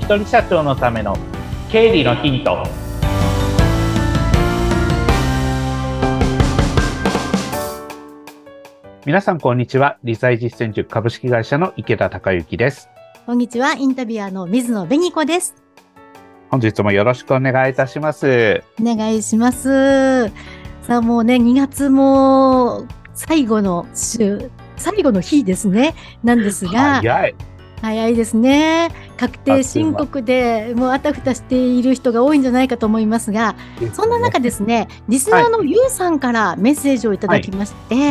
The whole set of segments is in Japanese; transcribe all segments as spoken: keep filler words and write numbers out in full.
人社長のための経理のヒント。皆さんこんにちは。理財実践塾株式会社の池田孝之です。 こんにちは。インタビュアーの水野紅子です。 本日もよろしくお願いいたします。 お願いします。さあもうね、にがつも最後の週、最後の日ですね。なんですが、 早い。 早いですね。確定申告でもうあたふたしている人が多いんじゃないかと思いますが、 ね、 そんな中ですね、リスナーのゆうさんからメッセージをいただきまして、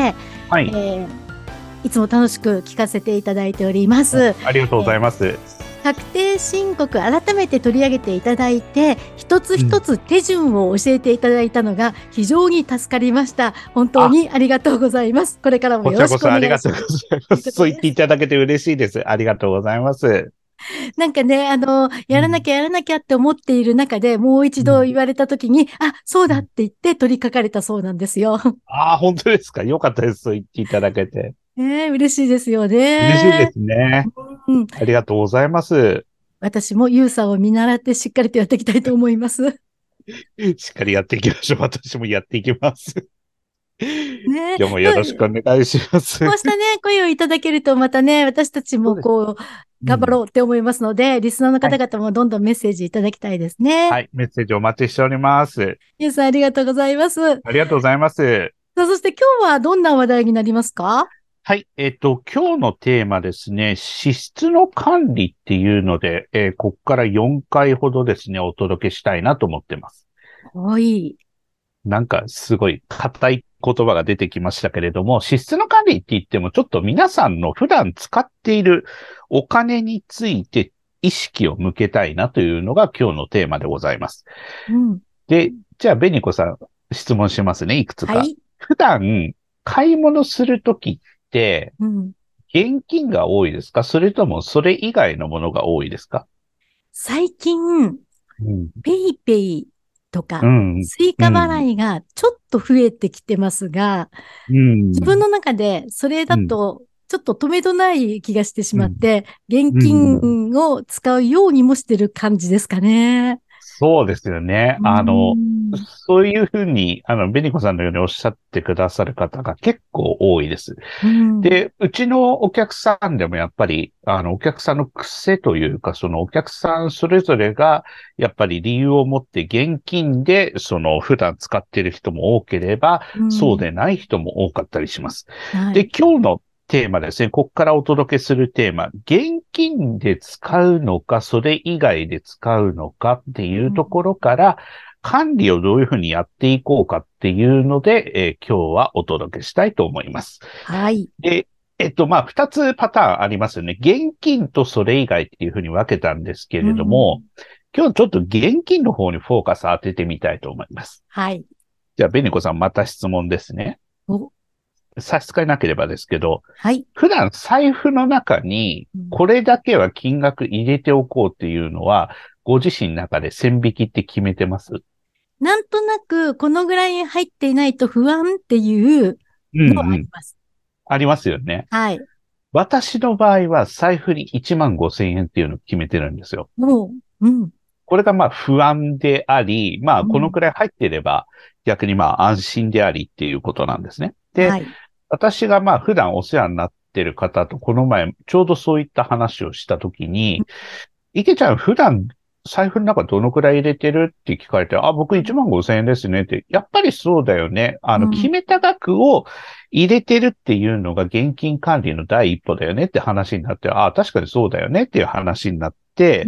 はい、えー、いつも楽しく聞かせていただいております。 ありがとうございます。 えー確定申告改めて取り上げていただいて、一つ一つ手順を教えていただいたのが非常に助かりました。本当にありがとうございます。これからもよろしくお願いします。 こちらこそありがとうございます。そう言っていただけて嬉しいです。ありがとうございます。 なんかね、あの、やらなきゃやらなきゃって思っている中で、もう一度言われたときに、うん、あ、そうだって言って取り掛かれたそうなんですよ。 ああ、本当ですか。よかったです。そう言っていただけて。 ねえ、嬉しいですよね。 嬉しいですね。 うん。 ありがとうございます。 私もユウさんを見習ってしっかりとやっていきたいと思います。 しっかりやっていきましょう。私もやっていきます。 ね、 今日もよろしくお願いします。 こうしたね、声をいただけると、またね、私たちもこう、頑張ろうって思いますので、うん、リスナーの方々もどんどんメッセージいただきたいですね。 はい、メッセージお待ちしております。 ゆうさん、ありがとうございます。 ありがとうございます。 さあ、そして今日はどんな話題になりますか？ はい。えっと、今日のテーマですね、支出の管理っていうので、えー、ここからよんかいほどですね、お届けしたいなと思ってます。 はい。 なんかすごい硬い言葉が出てきましたけれども、支出の管理って言ってもちょっと皆さんの普段使っているお金について意識を向けたいなというのが今日のテーマでございます。 うん、 で、じゃあ、ベニコさん質問しますね、いくつか。 はい。 普段買い物するときって、うん、現金が多いですか？それともそれ以外のものが多いですか？ 最近、うん、ペイペイとか、うん、スイカ払いがちょっと増えてきてますが、うん、自分の中でそれだとちょっと止めどない気がしてしまって、うん、現金を使うようにもしてる感じですかね。 そうですよね。あの、そういうふうに、あの、ベニコさんのようにおっしゃってくださる方が結構多いです。うん、で、うちのお客さんでもやっぱり、あの、お客さんの癖というか、そのお客さんそれぞれが、やっぱり理由を持って現金で、その普段使っている人も多ければ、うん、そうでない人も多かったりします。はい、で、今日のテーマですね。ここからお届けするテーマ。現金で使うのか、それ以外で使うのかっていうところから、うん、管理をどういうふうにやっていこうかっていうので、えー、今日はお届けしたいと思います。 はい。 で、えっと、まあ、二つパターンありますよね。現金とそれ以外っていうふうに分けたんですけれども、うん、今日ちょっと現金の方にフォーカス当ててみたいと思います。 はい。 じゃあ、ベニコさんまた質問ですね。お差し支えなければですけど、 はい。 普段財布の中にこれだけは金額入れておこうっていうのは、ご自身の中で線引きって決めてます？ なんとなくこのぐらい入っていないと不安っていうのはあります。 うんうん、ありますよね。 はい。 私の場合は財布にいちまんごせんえんっていうのを決めてるんですよ。 もう、うん。 これがまあ不安であり、まあこのくらい入っていれば逆にまあ安心でありっていうことなんですね。で、はい、私がまあ普段お世話になっている方とこの前ちょうどそういった話をしたときに、いけちゃん普段財布の中どのくらい入れてるって聞かれて、あ、僕いちまんごせんえんですねって、やっぱりそうだよね。あの、決めた額を入れてるっていうのが現金管理の第一歩だよねって話になって、あ、確かにそうだよねっていう話になって、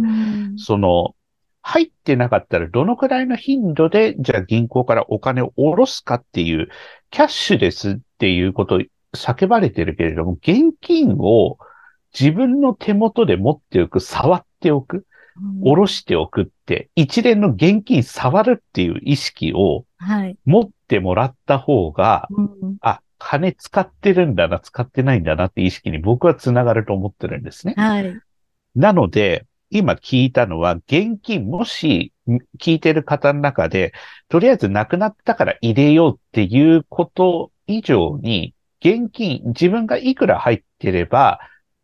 その、入ってなかったらどのくらいの頻度で、じゃあ銀行からお金を下ろすかっていう、キャッシュレスっていうことを叫ばれてるけれども、現金を自分の手元で持っておく、触っておく、下ろしておくって、一連の現金触るっていう意識を持ってもらった方が、はいうん、あ、金使ってるんだな、使ってないんだなって意識に僕はつながると思ってるんですね。 はい、 なので、今聞いたのは、現金もし聞いてる方の中で、とりあえずなくなったから入れようっていうこと以上に、現金、自分がいくら入ってれば、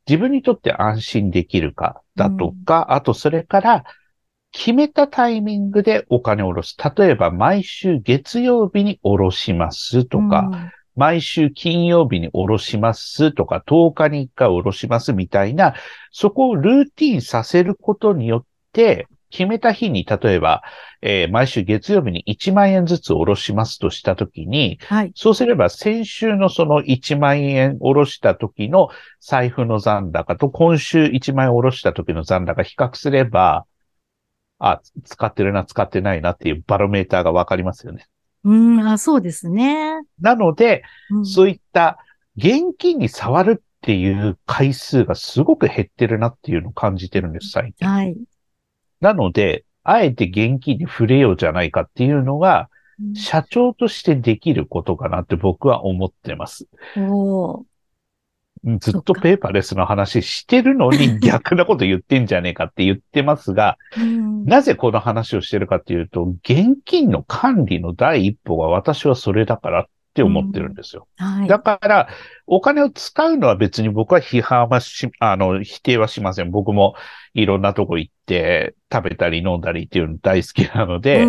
自分にとって安心できるかだとか、うん、あとそれから決めたタイミングでお金を下ろす。例えば毎週月曜日に下ろしますとか、うん、毎週金曜日に下ろしますとか、とおかにいっかい下ろしますみたいな、そこをルーティンさせることによって、決めた日に、例えば、えー、毎週月曜日にいちまんえんずつ下ろしますとしたときに、はい、そうすれば先週のそのいちまんえん下ろした時の財布の残高と今週いちまんえん下ろした時の残高比較すれば、あ、使ってるな、使ってないなっていうバロメーターがわかりますよね。 うん、あ、そうですね。 なので、うん、そういった現金に触るっていう回数がすごく減ってるなっていうのを感じてるんです、最近。 はい。 なので、あえて現金に触れようじゃないかっていうのが、うん、社長としてできることかなって僕は思ってます。 おー。 ずっとペーパーレスの話してるのに逆なこと言ってんじゃねえかって言ってますが、うん、なぜこの話をしてるかっていうと、現金の管理の第一歩が私はそれだからって思ってるんですよ。うんはい、だから、お金を使うのは別に僕は批判はし、あの、否定はしません。僕もいろんなとこ行って食べたり飲んだりっていうの大好きなので、うん、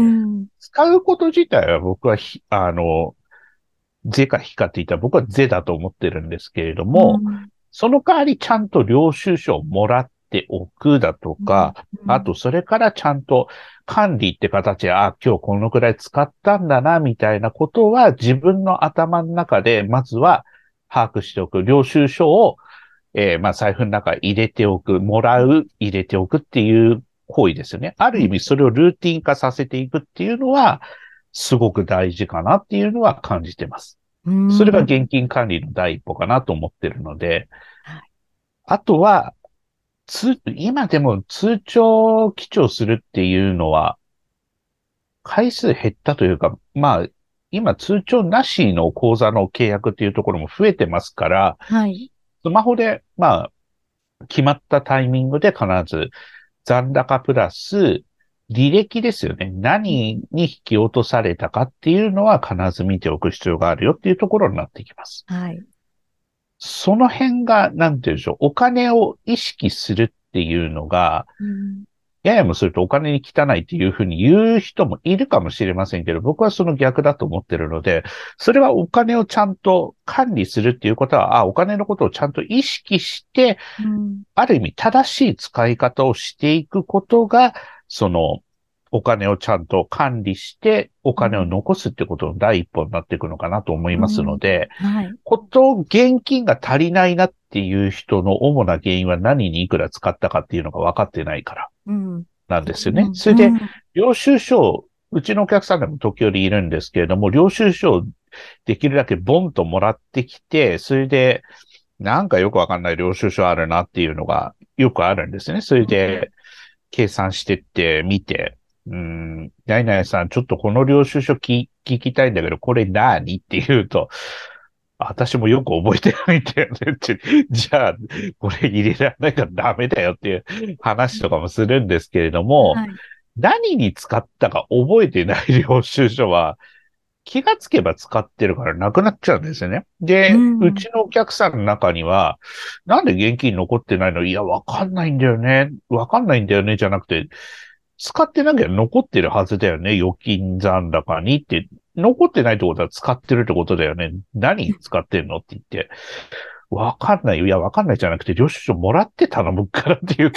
使うこと自体は僕は、あの、是か非かって言ったら僕は是だと思ってるんですけれども、うん、その代わりちゃんと領収書をもらっておくだとか、うんうん、あとそれからちゃんと管理って形で、あ、今日このくらい使ったんだな、みたいなことは自分の頭の中でまずは把握しておく。領収書を、えー、まあ財布の中に入れておく、もらう、入れておくっていう行為ですよね。ある意味それをルーティン化させていくっていうのは、すごく大事かなっていうのは感じてます。それが現金管理の第一歩かなと思ってるので、はい、あとは、通、今でも通帳記帳するっていうのは、回数減ったというか、まあ、今通帳なしの口座の契約っていうところも増えてますから、はい、スマホで、まあ、決まったタイミングで必ず残高プラス、履歴ですよね。何に引き落とされたかっていうのは必ず見ておく必要があるよっていうところになってきます。はい。その辺が、なんて言うんでしょう、お金を意識するっていうのが、うん、ややもするとお金に汚いっていうふうに言う人もいるかもしれませんけど、僕はその逆だと思ってるので、それはお金をちゃんと管理するっていうことは、あ、お金のことをちゃんと意識して、うん、ある意味正しい使い方をしていくことが、その、お金をちゃんと管理して、お金を残すってことの第一歩になっていくのかなと思いますので、うんはい、こと、現金が足りないなっていう人の主な原因は何にいくら使ったかっていうのが分かってないから。なんですよね。うん、それで、領収書を、うちのお客さんでも時折いるんですけれども、領収書をできるだけボンともらってきて、それで、なんかよくわかんない領収書あるなっていうのがよくあるんですね。それで、計算してって見て、うーん、何々さん、ちょっとこの領収書聞聞きたいんだけど、これ何って言うと、私もよく覚えてないんだよねって。じゃあ、これ入れられないからダメだよっていう話とかもするんですけれども、はい、何に使ったか覚えてない領収書は、気がつけば使ってるからなくなっちゃうんですよね。で、うん、うちのお客さんの中には、なんで現金残ってないの？いや、わかんないんだよね。わかんないんだよね。じゃなくて、使ってなきゃ残ってるはずだよね。預金残高にって。残ってないってことは使ってるってことだよね。何使ってんのって言って。わかんないよ。いや、わかんないじゃなくて、領収書もらって頼むからって言って、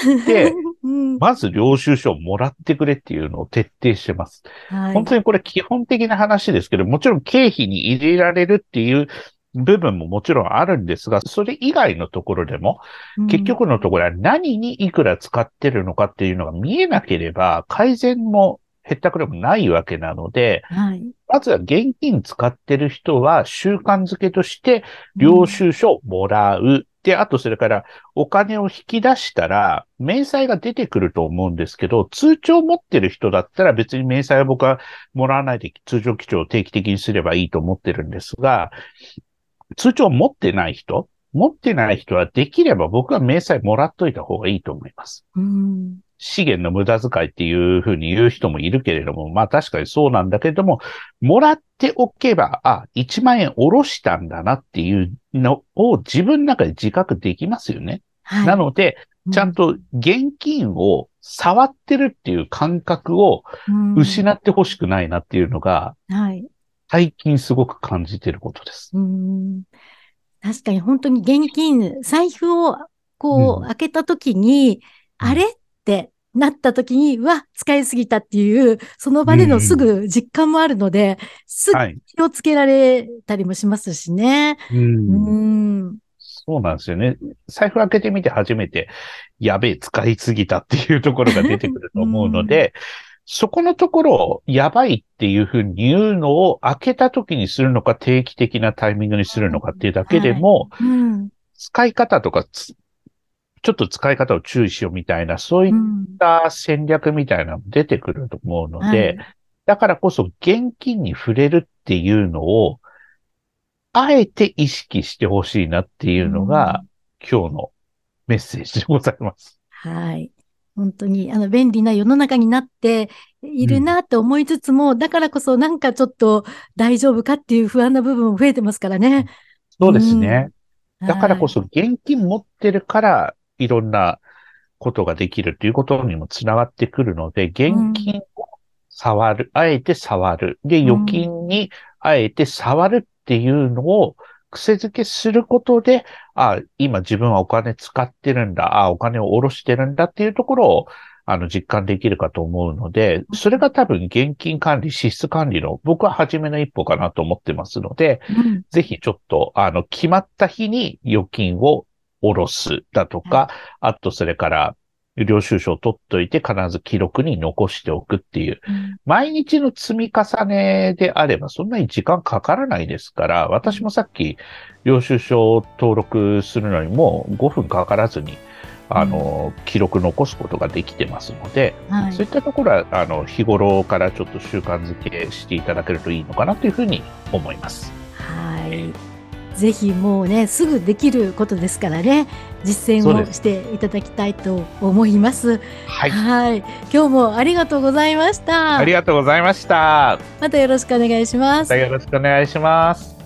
うん、まず領収書をもらってくれっていうのを徹底してます。はい、本当にこれ基本的な話ですけど、もちろん経費に入れられるっていう部分ももちろんあるんですが、それ以外のところでも、うん、結局のところは何にいくら使ってるのかっていうのが見えなければ、改善も減ったくれもないわけなので、はい、まずは現金使ってる人は習慣づけとして領収書をもらう。うん、で、あとそれからお金を引き出したら明細が出てくると思うんですけど、通帳を持ってる人だったら別に明細は僕はもらわないで通帳記帳を定期的にすればいいと思ってるんですが、通帳を持ってない人持ってない人はできれば僕は明細もらっといた方がいいと思います。うん資源の無駄遣いっていうふうに言う人もいるけれども、まあ確かにそうなんだけれども、もらっておけば、あ、いちまんえん下ろしたんだなっていうのを自分の中で自覚できますよね。 はい、 なので、ちゃんと現金を触ってるっていう感覚を失ってほしくないなっていうのが、はい、最近すごく感じてることです。 うん、確かに本当に現金、財布をこう開けたときに、うん、あれってなったときに、うわ、使いすぎたっていう、その場でのすぐ実感もあるので、うん、すぐ気をつけられたりもしますしね。 うん、うんそうなんですよね。財布開けてみて初めて、やべえ、使いすぎたっていうところが出てくると思うので、うん、そこのところをやばいっていうふうに言うのを開けた時にするのか定期的なタイミングにするのかっていうだけでも、はいうん、使い方とかちょっと使い方を注意しようみたいな、そういった戦略みたいなのも出てくると思うので、はい、だからこそ現金に触れるっていうのを、あえて意識してほしいなっていうのが、うん、今日のメッセージでございます。 はい。本当に、あの、便利な世の中になっているなって思いつつも、うん、だからこそなんかちょっと大丈夫かっていう不安な部分も増えてますからね。 そうですね。うん、だからこそ現金持ってるから、いろんなことができるということにもつながってくるので、現金を触る、うん、あえて触る。で、預金にあえて触るっていうのを癖づけすることで、あ、今自分はお金使ってるんだ、あ、お金を下ろしてるんだっていうところを、あの、実感できるかと思うので、それが多分現金管理、支出管理の僕は初めの一歩かなと思ってますので、うん、ぜひちょっと、あの、決まった日に預金を下ろすだとか、あとそれから、領収書を取っといて必ず記録に残しておくっていう、うん、毎日の積み重ねであればそんなに時間かからないですから、私もさっき領収書を登録するのにもうごふんかからずに、あの、うん、記録残すことができてますので、はい、そういったところは、あの、日頃からちょっと習慣づけしていただけるといいのかなというふうに思います。 はい。ぜひもうね、すぐできることですからね、実践をしていただきたいと思います。はい。はい。今日もありがとうございました。 ありがとうございました。 またよろしくお願いします。 またよろしくお願いします。